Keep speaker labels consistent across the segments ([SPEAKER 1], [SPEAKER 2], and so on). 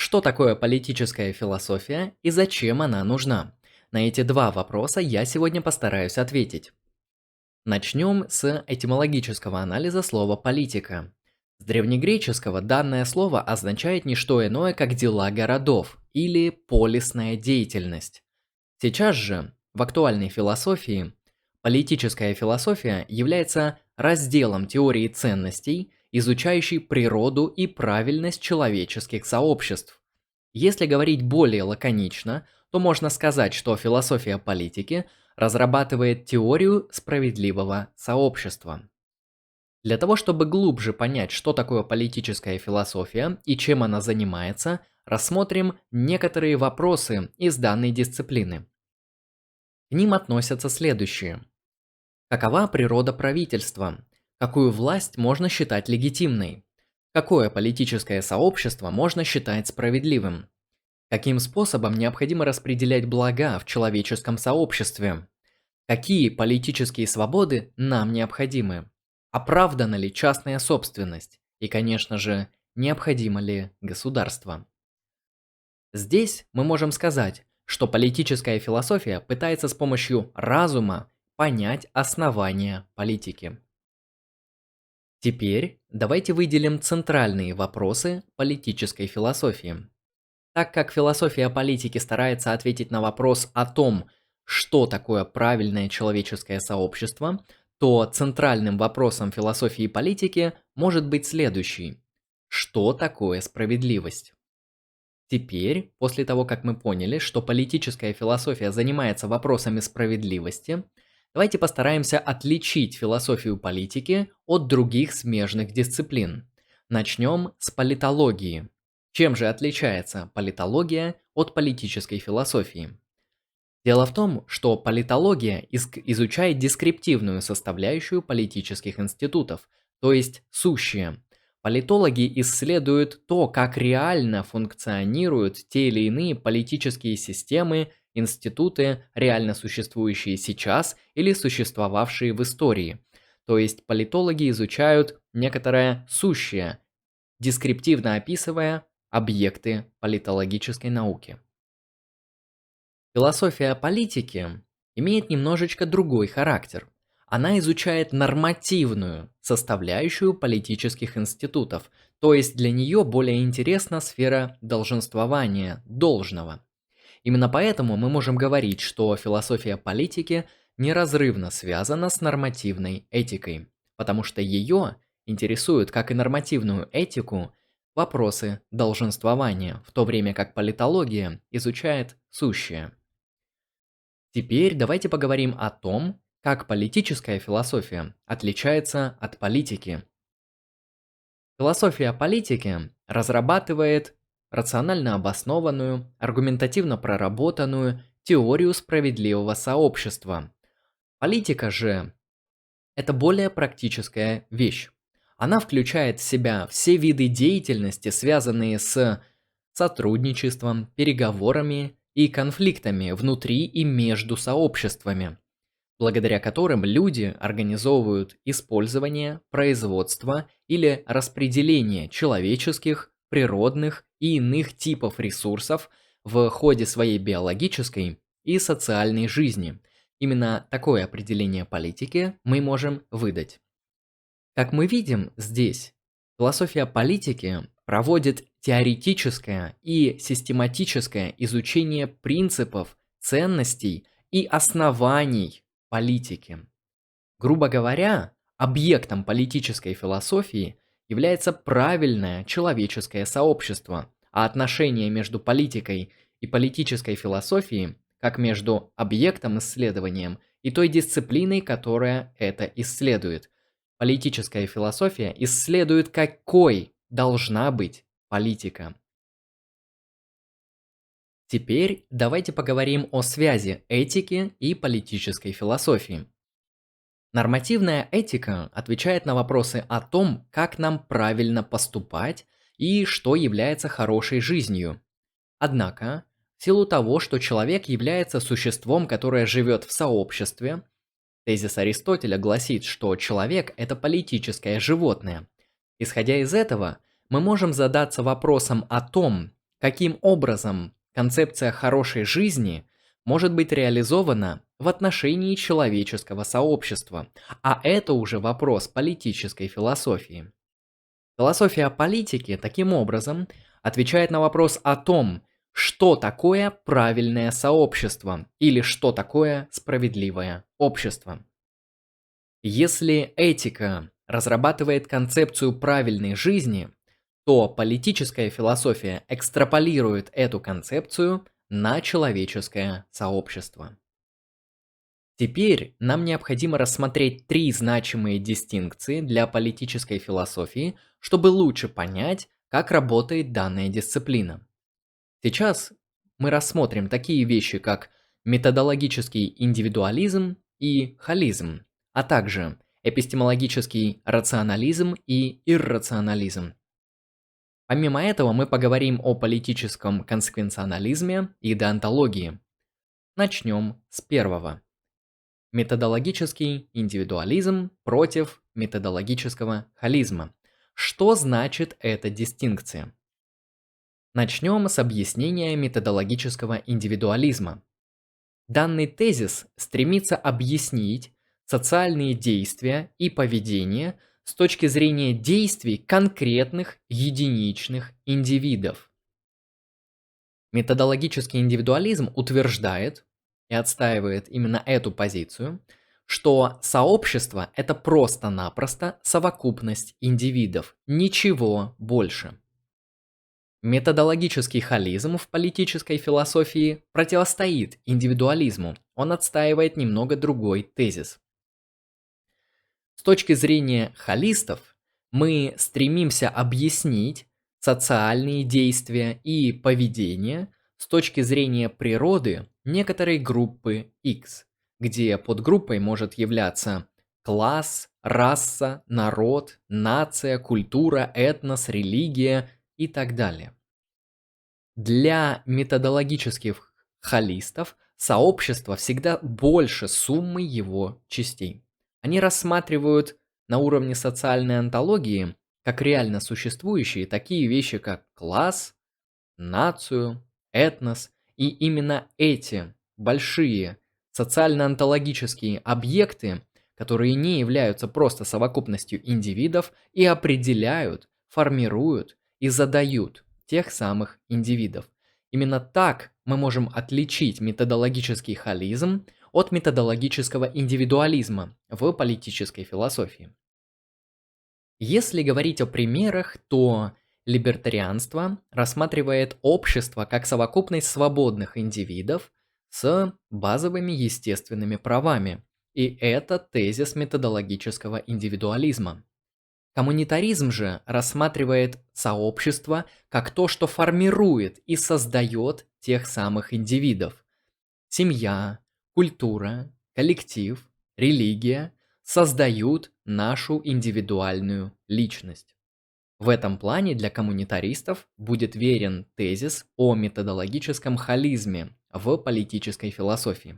[SPEAKER 1] Что такое политическая философия и зачем она нужна? На эти два вопроса я сегодня постараюсь ответить. Начнем с этимологического анализа слова «политика». С древнегреческого данное слово означает не что иное, как дела городов или полисная деятельность. Сейчас же, в актуальной философии, политическая философия является разделом теории ценностей, изучающей природу и правильность человеческих сообществ. Если говорить более лаконично, то можно сказать, что философия политики разрабатывает теорию справедливого сообщества. Для того, чтобы глубже понять, что такое политическая философия и чем она занимается, рассмотрим некоторые вопросы из данной дисциплины. К ним относятся следующие. Какова природа правительства? Какую власть можно считать легитимной? Какое политическое сообщество можно считать справедливым? Каким способом необходимо распределять блага в человеческом сообществе? Какие политические свободы нам необходимы? Оправдана ли частная собственность? И, конечно же, необходимо ли государство? Здесь мы можем сказать, что политическая философия пытается с помощью разума понять основания политики. Теперь давайте выделим центральные вопросы политической философии. Так как философия политики старается ответить на вопрос о том, что такое правильное человеческое сообщество, то центральным вопросом философии политики может быть следующий. Что такое справедливость? Теперь, после того, как мы поняли, что политическая философия занимается вопросами справедливости, давайте постараемся отличить философию политики от других смежных дисциплин. Начнем с политологии. Чем же отличается политология от политической философии? Дело в том, что политология изучает дескриптивную составляющую политических институтов, то есть сущее. Политологи исследуют то, как реально функционируют те или иные политические системы, институты, реально существующие сейчас или существовавшие в истории. То есть политологи изучают некоторое сущее, дескриптивно описывая объекты политологической науки. Философия политики имеет немножечко другой характер. Она изучает нормативную составляющую политических институтов, то есть для нее более интересна сфера долженствования, должного. Именно поэтому мы можем говорить, что философия политики неразрывно связана с нормативной этикой, потому что ее интересуют, как и нормативную этику, вопросы долженствования, в то время как политология изучает сущее. Теперь давайте поговорим о том, как политическая философия отличается от политики. Философия политики разрабатывает рационально обоснованную, аргументативно проработанную теорию справедливого сообщества. Политика же – это более практическая вещь. Она включает в себя все виды деятельности, связанные с сотрудничеством, переговорами и конфликтами внутри и между сообществами, благодаря которым люди организовывают использование, производство или распределение человеческих, природных и иных типов ресурсов в ходе своей биологической и социальной жизни. Именно такое определение политики мы можем выдать. Как мы видим здесь, философия политики проводит теоретическое и систематическое изучение принципов, ценностей и оснований политики. Грубо говоря, объектом политической философии является правильное человеческое сообщество, а отношения между политикой и политической философией как между объектом исследованием и той дисциплиной, которая это исследует. Политическая философия исследует, какой должна быть политика. Теперь давайте поговорим о связи этики и политической философии. Нормативная этика отвечает на вопросы о том, как нам правильно поступать и что является хорошей жизнью. Однако, в силу того, что человек является существом, которое живет в сообществе, тезис Аристотеля гласит, что человек – это политическое животное. Исходя из этого, мы можем задаться вопросом о том, Каким образом концепция хорошей жизни может быть реализована в отношении человеческого сообщества? А это уже вопрос политической философии. Философия политики таким образом отвечает на вопрос о том, что такое правильное сообщество или что такое справедливое общество. Если этика разрабатывает концепцию правильной жизни, то политическая философия экстраполирует эту концепцию на человеческое сообщество. Теперь нам необходимо рассмотреть три значимые дистинкции для политической философии, чтобы лучше понять, как работает данная дисциплина. Сейчас мы рассмотрим такие вещи, как методологический индивидуализм и холизм, а также эпистемологический рационализм и иррационализм. Помимо этого мы поговорим о политическом консеквенционализме и деонтологии. Начнем с первого. Методологический индивидуализм против методологического холизма. Что значит эта дистинкция? Начнем с объяснения методологического индивидуализма. Данный тезис стремится объяснить социальные действия и поведение с точки зрения действий конкретных единичных индивидов. Методологический индивидуализм утверждает и отстаивает именно эту позицию, что сообщество – это просто-напросто совокупность индивидов, ничего больше. Методологический холизм в политической философии противостоит индивидуализму, он отстаивает немного другой тезис. С точки зрения холистов, мы стремимся объяснить социальные действия и поведение с точки зрения природы некоторой группы X, где подгруппой может являться класс, раса, народ, нация, культура, этнос, религия и так далее. Для методологических холистов сообщество всегда больше суммы его частей. Они рассматривают на уровне социальной онтологии как реально существующие такие вещи, как класс, нацию, этнос, и именно эти большие социально-онтологические объекты, которые не являются просто совокупностью индивидов, и определяют, формируют и задают тех самых индивидов. Именно так мы можем отличить методологический холизм от методологического индивидуализма в политической философии. Если говорить о примерах, то либертарианство рассматривает общество как совокупность свободных индивидов с базовыми естественными правами, и это тезис методологического индивидуализма. Коммунитаризм же рассматривает сообщество как то, что формирует и создает тех самых индивидов. Семья, культура, коллектив, религия создают нашу индивидуальную личность. В этом плане для коммунитаристов будет верен тезис о методологическом холизме в политической философии.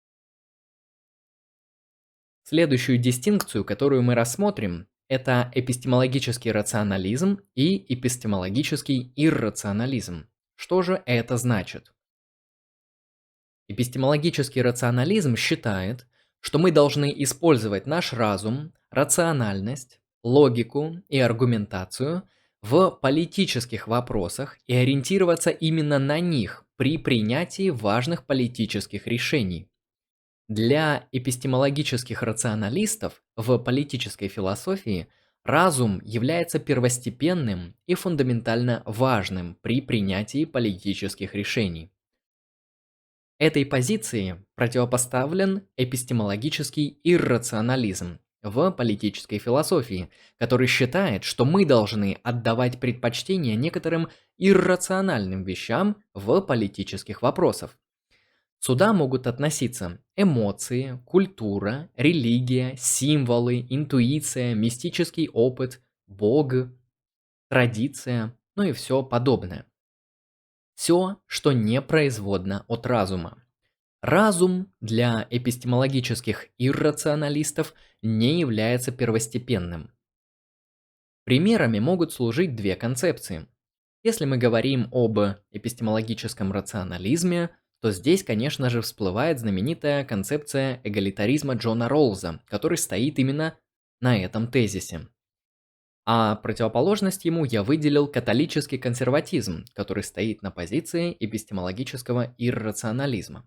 [SPEAKER 1] Следующую дистинкцию, которую мы рассмотрим, это эпистемологический рационализм и эпистемологический иррационализм. Что же это значит? Эпистемологический рационализм считает, что мы должны использовать наш разум, рациональность, логику и аргументацию в политических вопросах и ориентироваться именно на них при принятии важных политических решений. Для эпистемологических рационалистов в политической философии разум является первостепенным и фундаментально важным при принятии политических решений. Этой позиции противопоставлен эпистемологический иррационализм в политической философии, который считает, что мы должны отдавать предпочтение некоторым иррациональным вещам в политических вопросах. Сюда могут относиться эмоции, культура, религия, символы, интуиция, мистический опыт, Бог, традиция, ну и все подобное. Все, что не производно от разума. Разум для эпистемологических иррационалистов не является первостепенным. Примерами могут служить две концепции. Если мы говорим об эпистемологическом рационализме, то здесь, конечно же, всплывает знаменитая концепция эгалитаризма Джона Роллза, который стоит именно на этом тезисе. А противоположность ему я выделил католический консерватизм, который стоит на позиции эпистемологического иррационализма.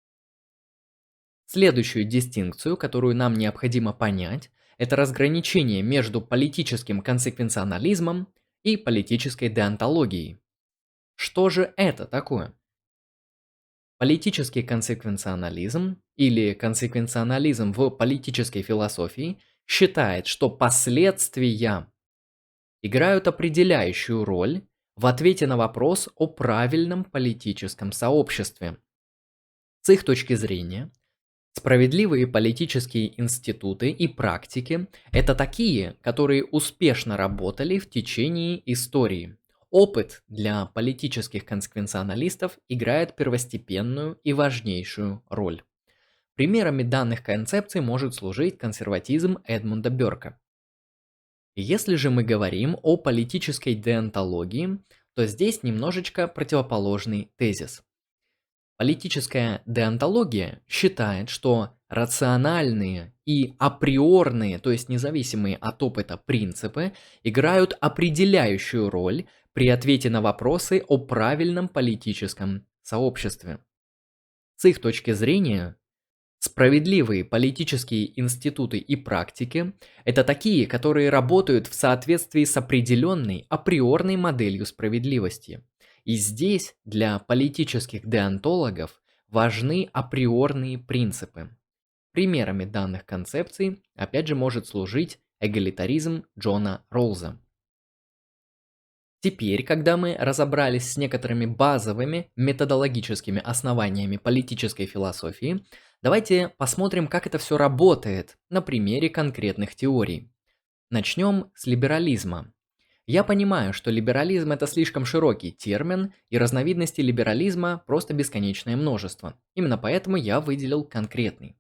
[SPEAKER 1] Следующую дистинкцию, которую нам необходимо понять, это разграничение между политическим консеквенционализмом и политической деонтологией. Что же это такое? Политический консеквенционализм или консеквенционализм в политической философии считает, что последствия играют определяющую роль в ответе на вопрос о правильном политическом сообществе. С их точки зрения, справедливые политические институты и практики – это такие, которые успешно работали в течение истории. Опыт для политических консеквенционалистов играет первостепенную и важнейшую роль. Примерами данных концепций может служить консерватизм Эдмунда Бёрка. Если же мы говорим о политической деонтологии, то здесь немножечко противоположный тезис. Политическая деонтология считает, что рациональные и априорные, то есть независимые от опыта принципы, играют определяющую роль при ответе на вопросы о правильном политическом сообществе. С их точки зрения, справедливые политические институты и практики – это такие, которые работают в соответствии с определенной априорной моделью справедливости. И здесь для политических деонтологов важны априорные принципы. Примерами данных концепций опять же может служить эгалитаризм Джона Роллза. Теперь, когда мы разобрались с некоторыми базовыми методологическими основаниями политической философии, давайте посмотрим, как это все работает на примере конкретных теорий. Начнем с либерализма. Я понимаю, что либерализм – это слишком широкий термин, и разновидностей либерализма просто бесконечное множество. Именно поэтому я выделил конкретный.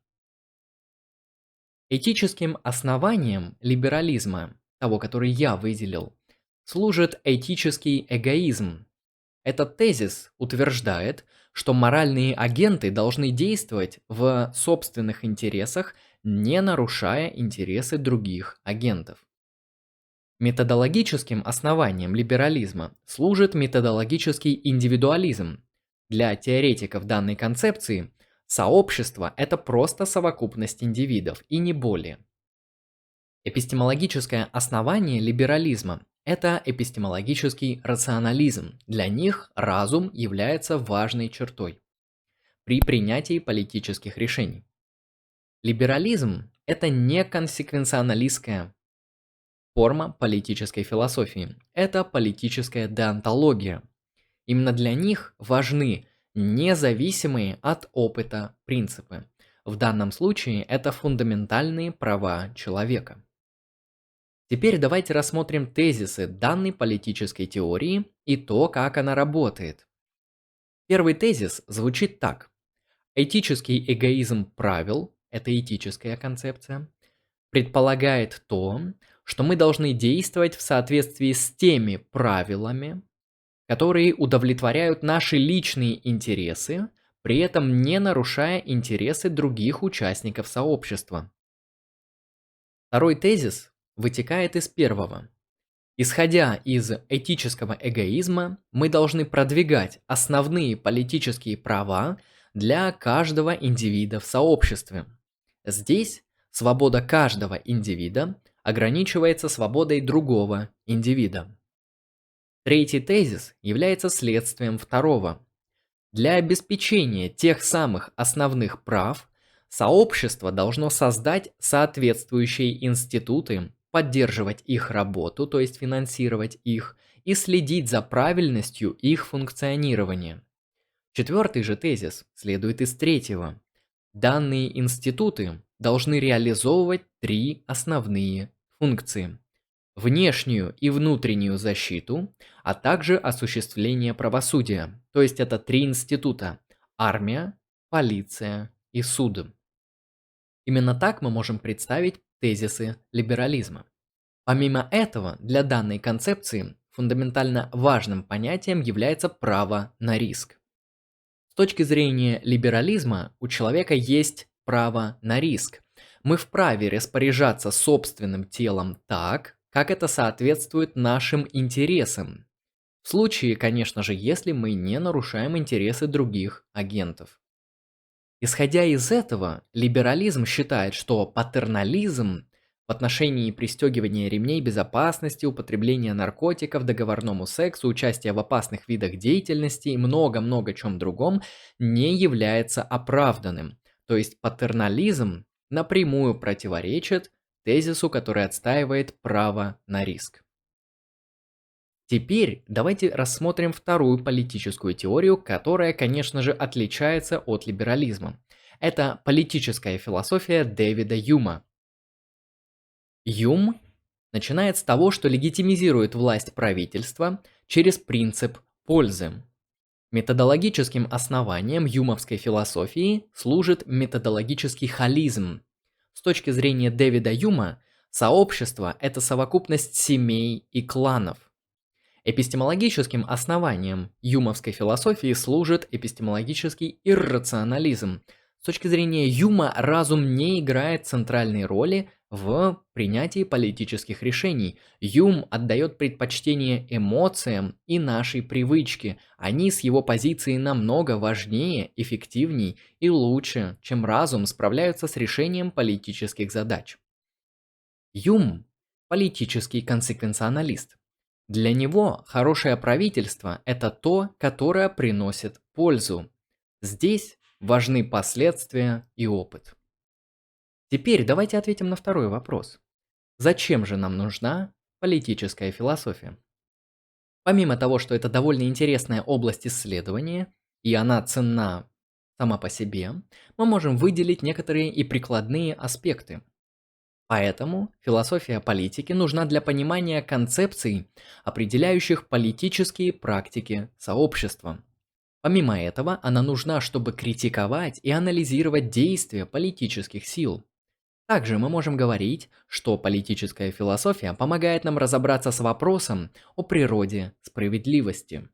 [SPEAKER 1] Этическим основанием либерализма, того, который я выделил, служит этический эгоизм. Этот тезис утверждает, что моральные агенты должны действовать в собственных интересах, не нарушая интересы других агентов. Методологическим основанием либерализма служит методологический индивидуализм. Для теоретиков данной концепции сообщество – это просто совокупность индивидов и не более. Эпистемологическое основание либерализма – это эпистемологический рационализм. Для них разум является важной чертой при принятии политических решений. Либерализм – это не консеквенционалистская форма политической философии. Это политическая деонтология. Именно для них важны независимые от опыта принципы. В данном случае это фундаментальные права человека. Теперь давайте рассмотрим тезисы данной политической теории и то, как она работает. Первый тезис звучит так. Этический эгоизм правил, это этическая концепция, предполагает то, что мы должны действовать в соответствии с теми правилами, которые удовлетворяют наши личные интересы, при этом не нарушая интересы других участников сообщества. Второй тезис вытекает из первого. Исходя из этического эгоизма, мы должны продвигать основные политические права для каждого индивида в сообществе. Здесь свобода каждого индивида ограничивается свободой другого индивида. Третий тезис является следствием второго. Для обеспечения тех самых основных прав сообщество должно создать соответствующие институты, поддерживать их работу, то есть финансировать их, и следить за правильностью их функционирования. Четвертый же тезис следует из третьего. Данные институты должны реализовывать три основные функции: внешнюю и внутреннюю защиту, а также осуществление правосудия. То есть это три института: армия, полиция и суд. Именно так мы можем представить тезисы либерализма. Помимо этого, для данной концепции фундаментально важным понятием является право на риск. С точки зрения либерализма у человека есть право на риск. Мы вправе распоряжаться собственным телом так, как это соответствует нашим интересам. В случае, конечно же, если мы не нарушаем интересы других агентов. Исходя из этого, либерализм считает, что патернализм в отношении пристегивания ремней безопасности, употребления наркотиков, договорному сексу, участия в опасных видах деятельности и много-много чем другом не является оправданным. То есть патернализм напрямую противоречит тезису, который отстаивает право на риск. Теперь давайте рассмотрим вторую политическую теорию, которая, конечно же, отличается от либерализма. Это политическая философия Дэвида Юма. Юм начинает с того, что легитимизирует власть правительства через принцип пользы. Методологическим основанием юмовской философии служит методологический холизм. С точки зрения Дэвида Юма, сообщество – это совокупность семей и кланов. Эпистемологическим основанием юмовской философии служит эпистемологический иррационализм. С точки зрения Юма, разум не играет центральной роли в принятии политических решений. Юм отдает предпочтение эмоциям и нашей привычке. Они с его позиции намного важнее, эффективней и лучше, чем разум, справляются с решением политических задач. Юм – политический консеквенционалист. Для него хорошее правительство – это то, которое приносит пользу. Здесь важны последствия и опыт. Теперь давайте ответим на второй вопрос. Зачем же нам нужна политическая философия? Помимо того, что это довольно интересная область исследования, и она ценна сама по себе, мы можем выделить некоторые и прикладные аспекты. Поэтому философия политики нужна для понимания концепций, определяющих политические практики сообщества. Помимо этого, она нужна, чтобы критиковать и анализировать действия политических сил. Также мы можем говорить, что политическая философия помогает нам разобраться с вопросом о природе справедливости.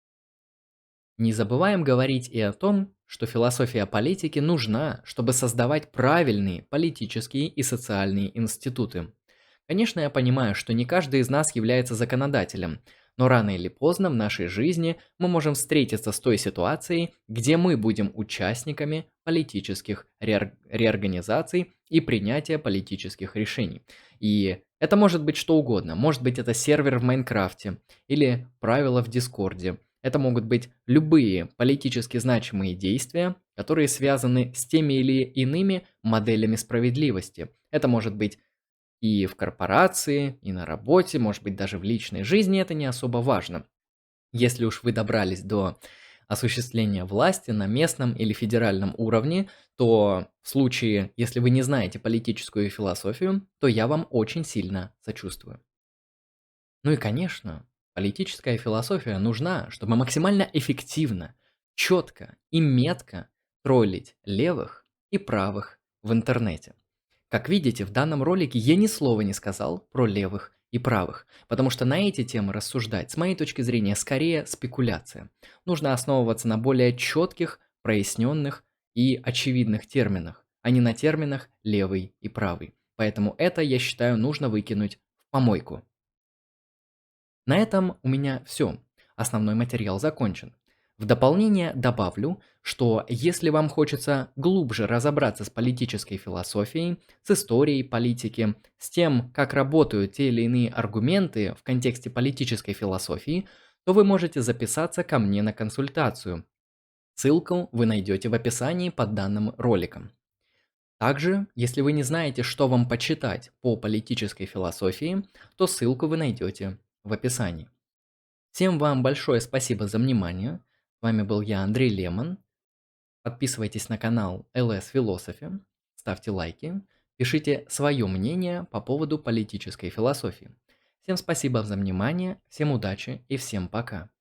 [SPEAKER 1] Не забываем говорить и о том, что философия политики нужна, чтобы создавать правильные политические и социальные институты. Конечно, я понимаю, что не каждый из нас является законодателем, но рано или поздно в нашей жизни мы можем встретиться с той ситуацией, где мы будем участниками политических реорганизаций и принятия политических решений. И это может быть что угодно. Может быть, это сервер в Майнкрафте или правила в Дискорде. Это могут быть любые политически значимые действия, которые связаны с теми или иными моделями справедливости. Это может быть и в корпорации, и на работе, может быть даже в личной жизни, это не особо важно. Если уж вы добрались до осуществления власти на местном или федеральном уровне, то в случае, если вы не знаете политическую философию, то я вам очень сильно сочувствую. Ну и конечно, политическая философия нужна, чтобы максимально эффективно, четко и метко троллить левых и правых в интернете. Как видите, в данном ролике я ни слова не сказал про левых и правых, потому что на эти темы рассуждать, с моей точки зрения, скорее спекуляция. Нужно основываться на более четких, проясненных и очевидных терминах, а не на терминах левый и правый. Поэтому это, я считаю, нужно выкинуть в помойку. На этом у меня все. Основной материал закончен. В дополнение добавлю, что если вам хочется глубже разобраться с политической философией, с историей политики, с тем, как работают те или иные аргументы в контексте политической философии, то вы можете записаться ко мне на консультацию. Ссылку вы найдете в описании под данным роликом. Также, если вы не знаете, что вам почитать по политической философии, то ссылку вы найдете в описании. Всем вам большое спасибо за внимание. С вами был я, Андрей Лемон. Подписывайтесь на канал LS Philosophy, ставьте лайки, пишите свое мнение по поводу политической философии. Всем спасибо за внимание, всем удачи и всем пока.